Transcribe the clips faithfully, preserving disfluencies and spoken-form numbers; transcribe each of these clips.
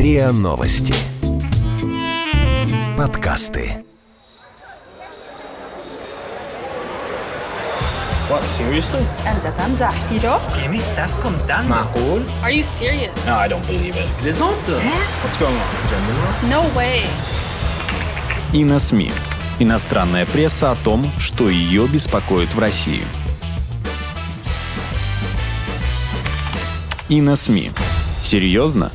РИА Новости. Подкасты. What, seriously? أنت تمزح. You joke? ¿Qué me estás contando? معقول? Are you serious? No, I don't believe it. Plaisante? What's going on? Gender? No way. Иносми. Иностранная пресса о том, что ее беспокоит в России. Иносми. Серьезно?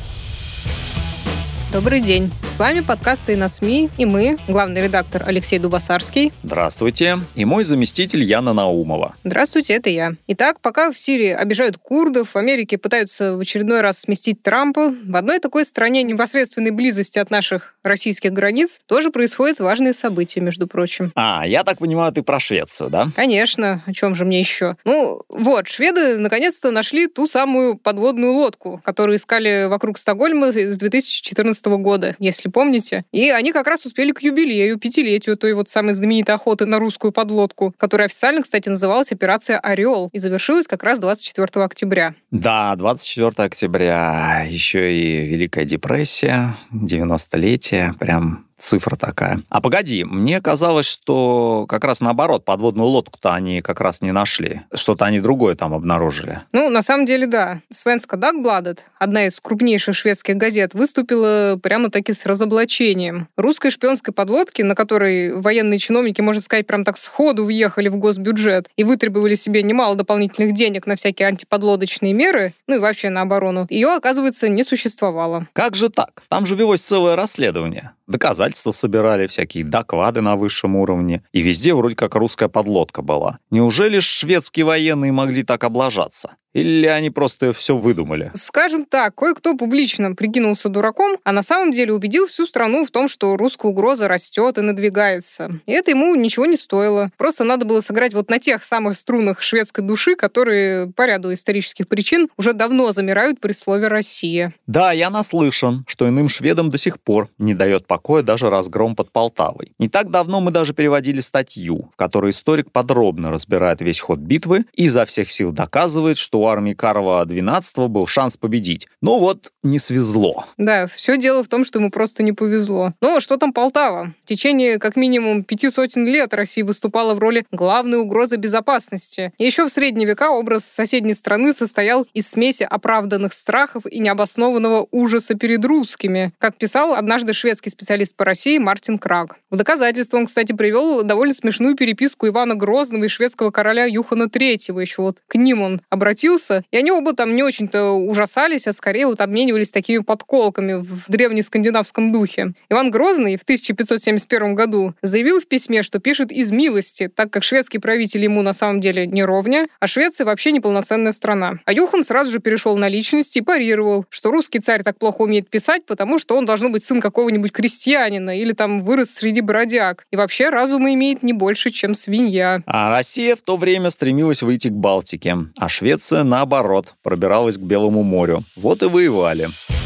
Добрый день. С вами подкасты «Иносми» и мы, главный редактор Алексей Дубасарский. Здравствуйте. И мой заместитель Яна Наумова. Здравствуйте, это я. Итак, пока в Сирии обижают курдов, в Америке пытаются в очередной раз сместить Трампа, в одной такой стране непосредственной близости от наших российских границ тоже происходят важные события, между прочим. А, я так понимаю, ты про Швецию, да? Конечно. О чем же мне еще? Ну, вот, шведы наконец-то нашли ту самую подводную лодку, которую искали вокруг Стокгольма с две тысячи четырнадцатого года, если помните. И они как раз успели к юбилею, пятилетию той вот самой знаменитой охоты на русскую подлодку, которая официально, кстати, называлась «Операция «Орел» и завершилась как раз двадцать четвёртого октября. Да, двадцать четвёртого октября. Еще и Великая депрессия, девяностолетие. Прям цифра такая. А погоди, мне казалось, что как раз наоборот, подводную лодку-то они как раз не нашли. Что-то они другое там обнаружили. Ну, на самом деле, да. Svenska Dagbladet, одна из крупнейших шведских газет, выступила прямо-таки с разоблачением. Русской шпионской подлодки, на которой военные чиновники, можно сказать, прям так сходу въехали в госбюджет и вытребовали себе немало дополнительных денег на всякие антиподлодочные меры, ну и вообще на оборону, ее, оказывается, не существовало. Как же так? Там же велось целое расследование. Доказательства собирали, всякие доклады на высшем уровне. И везде вроде как русская подлодка была. Неужели шведские военные могли так облажаться? Или они просто все выдумали? Скажем так, кое-кто публично прикинулся дураком, а на самом деле убедил всю страну в том, что русская угроза растет и надвигается. И это ему ничего не стоило. Просто надо было сыграть вот на тех самых струнах шведской души, которые по ряду исторических причин уже давно замирают при слове «Россия». Да, я наслышан, что иным шведам до сих пор не дает покоя даже разгром под Полтавой. Не так давно мы даже переводили статью, в которой историк подробно разбирает весь ход битвы и изо всех сил доказывает, что у армии Карла двенадцатого был шанс победить. Но вот не свезло. Да, все дело в том, что ему просто не повезло. Но что там Полтава? В течение как минимум пяти сотен лет Россия выступала в роли главной угрозы безопасности. И еще в средние века образ соседней страны состоял из смеси оправданных страхов и необоснованного ужаса перед русскими, как писал однажды шведский специалист по России Мартин Краг. В доказательство он, кстати, привел довольно смешную переписку Ивана Грозного и шведского короля Юхана третьего. Еще вот к ним он обратился, и они оба там не очень-то ужасались, а скорее вот обменивались такими подколками в древнескандинавском духе. Иван Грозный в тысяча пятьсот семьдесят первом году заявил в письме, что пишет из милости, так как шведский правитель ему на самом деле не ровня, а Швеция вообще неполноценная страна. А Юхан сразу же перешел на личность и парировал, что русский царь так плохо умеет писать, потому что он должен быть сын какого-нибудь крестьянина или там вырос среди бродяг. И вообще разума имеет не больше, чем свинья. А Россия в то время стремилась выйти к Балтике, а Швеция, наоборот, пробиралась к Белому морю. Вот и воевали.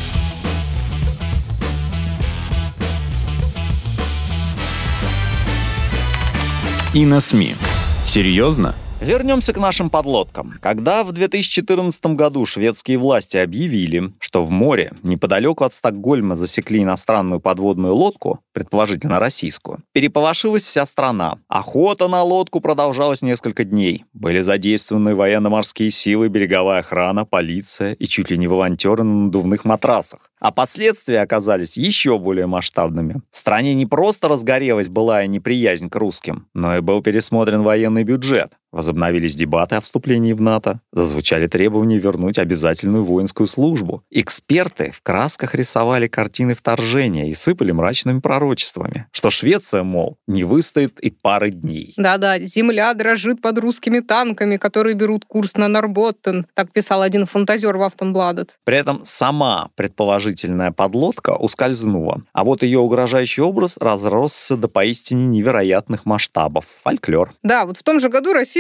Иносми. Серьезно? Вернемся к нашим подлодкам. Когда в две тысячи четырнадцатом году шведские власти объявили, что в море неподалеку от Стокгольма засекли иностранную подводную лодку, предположительно российскую, переполошилась вся страна. Охота на лодку продолжалась несколько дней. Были задействованы военно-морские силы, береговая охрана, полиция и чуть ли не волонтеры на надувных матрасах. А последствия оказались еще более масштабными. В стране не просто разгорелась былая неприязнь к русским, но и был пересмотрен военный бюджет. Возобновились дебаты о вступлении в НАТО. Зазвучали требования вернуть обязательную воинскую службу. Эксперты в красках рисовали картины вторжения и сыпали мрачными пророчествами, что Швеция, мол, не выстоит и пары дней. Да-да, земля дрожит под русскими танками, которые берут курс на Норрботтен, так писал один фантазер в Aftonbladet. При этом сама предположительная подлодка ускользнула, а вот ее угрожающий образ разросся до поистине невероятных масштабов. Фольклор. Да, вот в том же году Россия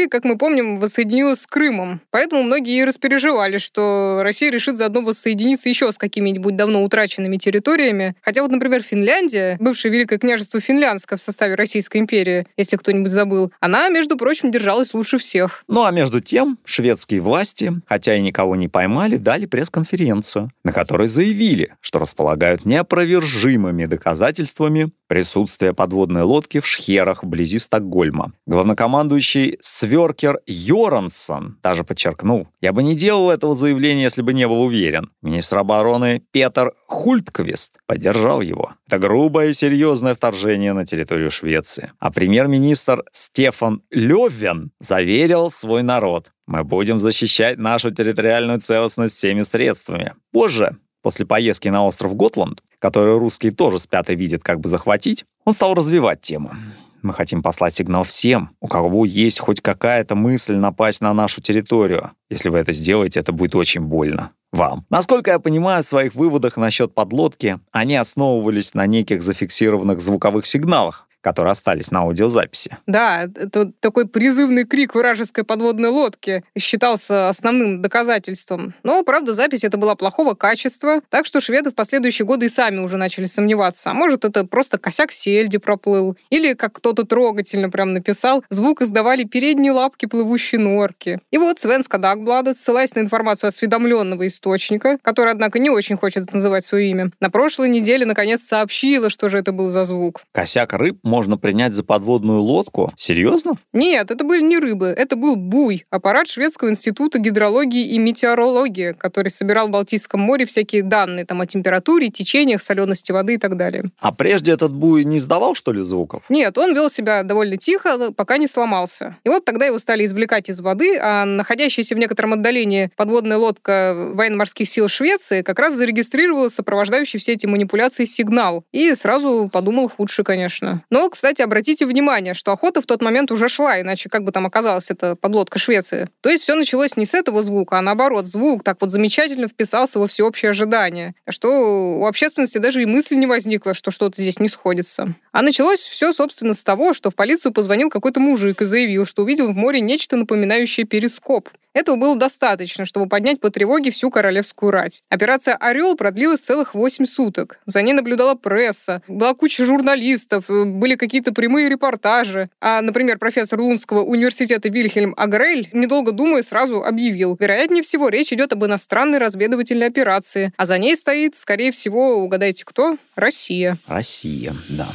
Россия, как мы помним, воссоединилась с Крымом. Поэтому многие и распереживали, что Россия решит заодно воссоединиться еще с какими-нибудь давно утраченными территориями. Хотя вот, например, Финляндия, бывшее Великое княжество Финляндское в составе Российской империи, если кто-нибудь забыл, она, между прочим, держалась лучше всех. Ну а между тем, шведские власти, хотя и никого не поймали, дали пресс-конференцию, на которой заявили, что располагают неопровержимыми доказательствами присутствия подводной лодки в Шхерах вблизи Стокгольма. Главнокомандующий Сверкер Йорансон даже подчеркнул: «Я бы не делал этого заявления, если бы не был уверен». Министр обороны Петер Хультквист поддержал его. Это грубое и серьезное вторжение на территорию Швеции. А премьер-министр Стефан Лёвен заверил свой народ: «Мы будем защищать нашу территориальную целостность всеми средствами». Позже, после поездки на остров Готланд, который русские тоже спят и видят, как бы захватить, он стал развивать тему. «Мы хотим послать сигнал всем, у кого есть хоть какая-то мысль напасть на нашу территорию. Если вы это сделаете, это будет очень больно вам». Насколько я понимаю, в своих выводах насчет подлодки они основывались на неких зафиксированных звуковых сигналах, которые остались на аудиозаписи. Да, это такой призывный крик вражеской подводной лодки считался основным доказательством. Но, правда, запись эта была плохого качества, так что шведы в последующие годы и сами уже начали сомневаться. А может, это просто косяк сельди проплыл. Или, как кто-то трогательно прям написал, звук издавали передние лапки плывущей норки. И вот Свенска Дагбладет, ссылаясь на информацию осведомленного источника, который, однако, не очень хочет называть свое имя, на прошлой неделе, наконец, сообщила, что же это был за звук. Косяк рыб можно принять за подводную лодку? Серьезно? Нет, это были не рыбы, это был буй, аппарат Шведского института гидрологии и метеорологии, который собирал в Балтийском море всякие данные там о температуре, течениях, солености воды и так далее. А прежде этот буй не издавал, что ли, звуков? Нет, он вел себя довольно тихо, пока не сломался. И вот тогда его стали извлекать из воды, а находящаяся в некотором отдалении подводная лодка военно-морских сил Швеции как раз зарегистрировала сопровождающий все эти манипуляции сигнал. И сразу подумал худше, конечно. Но, кстати, обратите внимание, что охота в тот момент уже шла, иначе как бы там оказалась эта подлодка Швеции. То есть все началось не с этого звука, а наоборот, звук так вот замечательно вписался во всеобщее ожидание, что у общественности даже и мысли не возникло, что что-то здесь не сходится. А началось все, собственно, с того, что в полицию позвонил какой-то мужик и заявил, что увидел в море нечто напоминающее перископ. Этого было достаточно, чтобы поднять по тревоге всю королевскую рать. Операция «Орел» продлилась целых восемь суток. За ней наблюдала пресса, была куча журналистов, были какие-то прямые репортажи. А, например, профессор Лунского университета Вильхельм Агрель, недолго думая, сразу объявил: вероятнее всего, речь идет об иностранной разведывательной операции, а за ней стоит, скорее всего, угадайте кто? Россия. Россия, да.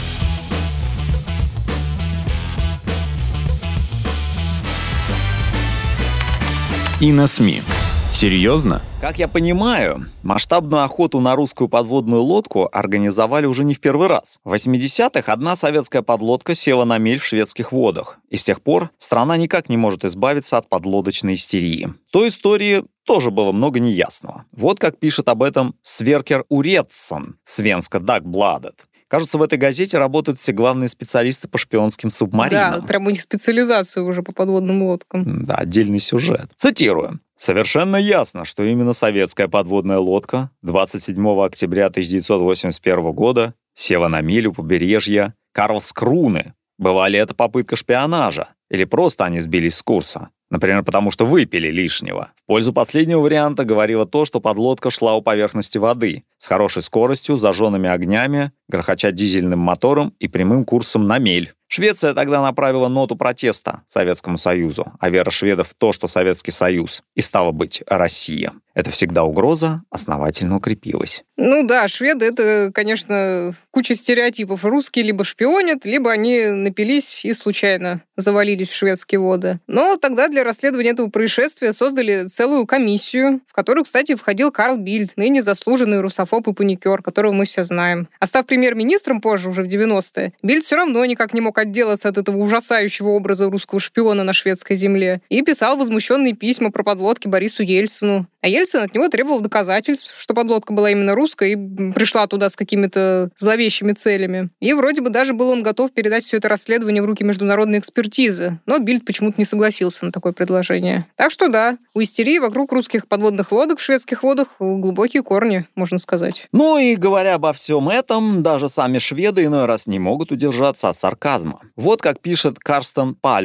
И на СМИ. Серьезно? Как я понимаю, масштабную охоту на русскую подводную лодку организовали уже не в первый раз. В восьмидесятых одна советская подлодка села на мель в шведских водах, и с тех пор страна никак не может избавиться от подлодочной истерии. В той истории тоже было много неясного. Вот как пишет об этом Сверкер Уретсон, Свенска Дагбладет. Кажется, в этой газете работают все главные специалисты по шпионским субмаринам. Да, прям у них специализация уже по подводным лодкам. Да, отдельный сюжет. Цитирую. «Совершенно ясно, что именно советская подводная лодка двадцать седьмого октября тысяча девятьсот восемьдесят первого года села на милю побережья Карлскруны. Была ли это попытка шпионажа? Или просто они сбились с курса? Например, потому что выпили лишнего. В пользу последнего варианта говорило то, что подлодка шла у поверхности воды, с хорошей скоростью, зажженными огнями, грохоча дизельным мотором и прямым курсом на мель. Швеция тогда направила ноту протеста Советскому Союзу, а вера шведов в то, что Советский Союз и стало быть Россия. Это всегда угроза основательно укрепилась». Ну да, шведы — это, конечно, куча стереотипов. Русские либо шпионят, либо они напились и случайно завалились в шведские воды. Но тогда для расследования этого происшествия создали целую комиссию, в которую, кстати, входил Карл Бильд, ныне заслуженный русофоб и паникер, которого мы все знаем. А став премьер-министром позже, уже в девяностые, Бильд все равно никак не мог отделаться от этого ужасающего образа русского шпиона на шведской земле и писал возмущенные письма про подлодки Борису Ельцину. А Ельцин от него требовал доказательств, что подлодка была именно русская и пришла туда с какими-то зловещими целями. И вроде бы даже был он готов передать все это расследование в руки международной экспертизы, но Бильд почему-то не согласился на такое предложение. Так что да, у истерии вокруг русских подводных лодок в шведских водах глубокие корни, можно сказать. Ну и говоря обо всем этом, даже сами шведы иной раз не могут удержаться от сарказма. Вот как пишет Карстен Пальмер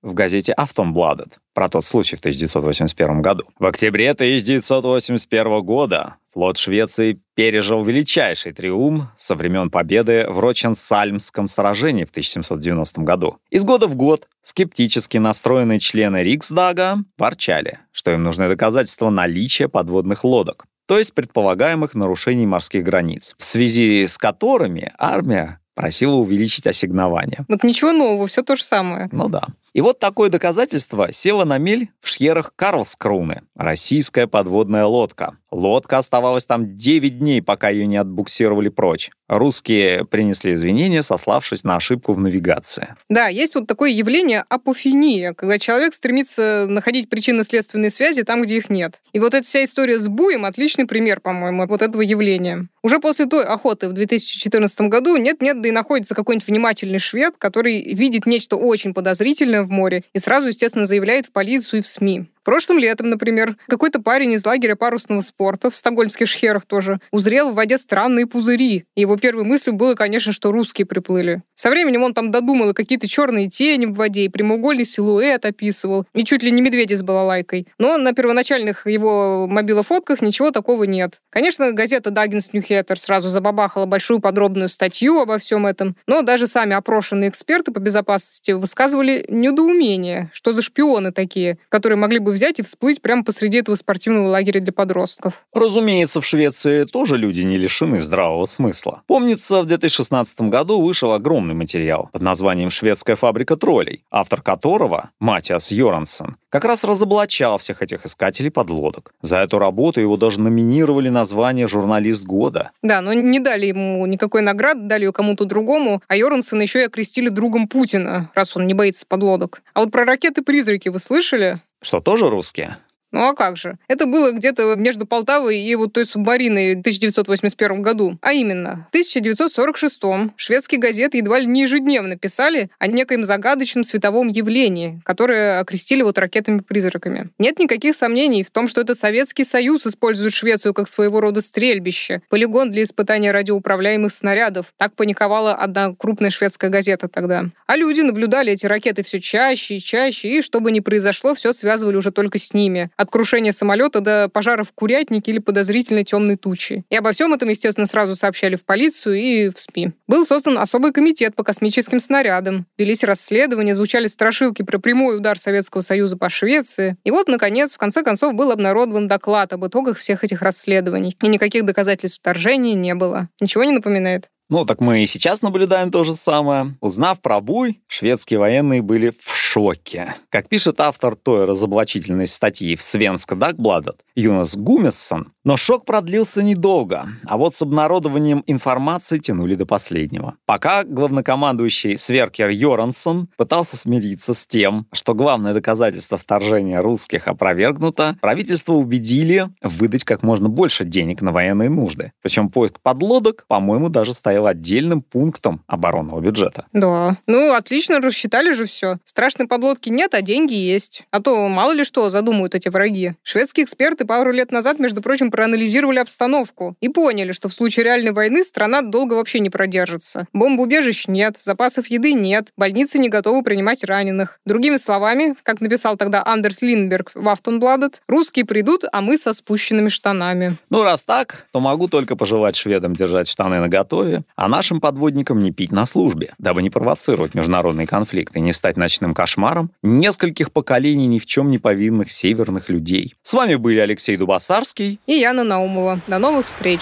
в газете «Aftonbladet» про тот случай в тысяча девятьсот восемьдесят первом году. В октябре тысяча девятьсот восемьдесят первого года флот Швеции пережил величайший триумф со времен победы в Роченсальмском сражении в тысяча семьсот девяностом году. Из года в год скептически настроенные члены Риксдага ворчали, что им нужны доказательства наличия подводных лодок, то есть предполагаемых нарушений морских границ, в связи с которыми армия просила увеличить ассигнования. Вот ничего нового, все то же самое. Ну да. И вот такое доказательство село на мель в шхерах Карлскруны, российская подводная лодка. Лодка оставалась там девять дней, пока ее не отбуксировали прочь. Русские принесли извинения, сославшись на ошибку в навигации. Да, есть вот такое явление апофения, когда человек стремится находить причинно-следственные связи там, где их нет. И вот эта вся история с буем — отличный пример, по-моему, вот этого явления. Уже после той охоты в две тысячи четырнадцатом году нет-нет, да и находится какой-нибудь внимательный швед, который видит нечто очень подозрительное в море и сразу, естественно, заявляет в полицию и в СМИ. Прошлым летом, например, какой-то парень из лагеря парусного спорта в стокгольмских шхерах тоже узрел в воде странные пузыри. И его первой мыслью было, конечно, что русские приплыли. Со временем он там додумал и какие-то черные тени в воде, и прямоугольный силуэт описывал, и чуть ли не медведи с балалайкой. Но на первоначальных его мобилофотках ничего такого нет. Конечно, газета Dagens Nyheter сразу забабахала большую подробную статью обо всем этом, но даже сами опрошенные эксперты по безопасности высказывали недоумение, что за шпионы такие, которые могли бы взять и всплыть прямо посреди этого спортивного лагеря для подростков. Разумеется, в Швеции тоже люди не лишены здравого смысла. Помнится, в две тысячи шестнадцатом году вышел огромный материал под названием «Шведская фабрика троллей», автор которого, Матиас Йорансон, как раз разоблачал всех этих искателей подлодок. За эту работу его даже номинировали на звание «Журналист года». Да, но не дали ему никакой награды, дали ее кому-то другому, а Йорансона еще и окрестили другом Путина, раз он не боится подлодок. А вот про ракеты-призраки вы слышали? Что, тоже русские? Ну а как же? Это было где-то между Полтавой и вот той субмариной в тысяча девятьсот восемьдесят первом году. А именно, в тысяча девятьсот сорок шестом шведские газеты едва ли не ежедневно писали о некоем загадочном световом явлении, которое окрестили вот ракетами-призраками. Нет никаких сомнений в том, что это Советский Союз использует Швецию как своего рода стрельбище, полигон для испытания радиоуправляемых снарядов. Так паниковала одна крупная шведская газета тогда. А люди наблюдали эти ракеты все чаще и чаще, и что бы ни произошло, все связывали уже только с ними. От крушения самолета до пожара в курятнике или подозрительной темной тучи. И обо всем этом, естественно, сразу сообщали в полицию и в СМИ. Был создан особый комитет по космическим снарядам. Велись расследования, звучали страшилки про прямой удар Советского Союза по Швеции. И вот, наконец, в конце концов, был обнародован доклад об итогах всех этих расследований. И никаких доказательств вторжения не было. Ничего не напоминает? Ну, так мы и сейчас наблюдаем то же самое. Узнав про буй, шведские военные были в шоке. Как пишет автор той разоблачительной статьи в Svenska Dagbladet Юнас Гумессон, но шок продлился недолго, а вот с обнародованием информации тянули до последнего. Пока главнокомандующий Сверкер Йорансон пытался смириться с тем, что главное доказательство вторжения русских опровергнуто, правительство убедили выдать как можно больше денег на военные нужды. Причем поиск подлодок, по-моему, даже стоял отдельным пунктом оборонного бюджета. Да. Ну, отлично, рассчитали же все. Страшной подлодки нет, а деньги есть. А то мало ли что задумают эти враги. Шведские эксперты пару лет назад, между прочим, проанализировали обстановку и поняли, что в случае реальной войны страна долго вообще не продержится. Бомбоубежищ нет, запасов еды нет, больницы не готовы принимать раненых. Другими словами, как написал тогда Андерс Линдберг в Aftonbladet, русские придут, а мы со спущенными штанами. Ну, раз так, то могу только пожелать шведам держать штаны наготове, а нашим подводникам не пить на службе, дабы не провоцировать международный конфликт и не стать ночным кошмаром нескольких поколений ни в чем не повинных северных людей. С вами были Алексей Дубасарский и Яна Наумова. До новых встреч!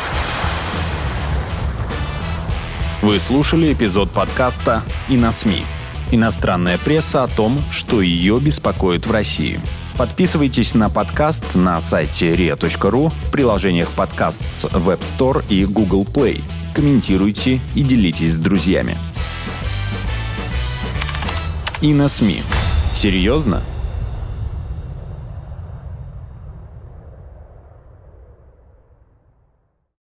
Вы слушали эпизод подкаста «И на СМИ». Иностранная пресса о том, что ее беспокоит в России. Подписывайтесь на подкаст на сайте риа точка ру, в приложениях подкаст с Web Store и Google Play. Комментируйте и делитесь с друзьями. И на СМИ. Серьезно?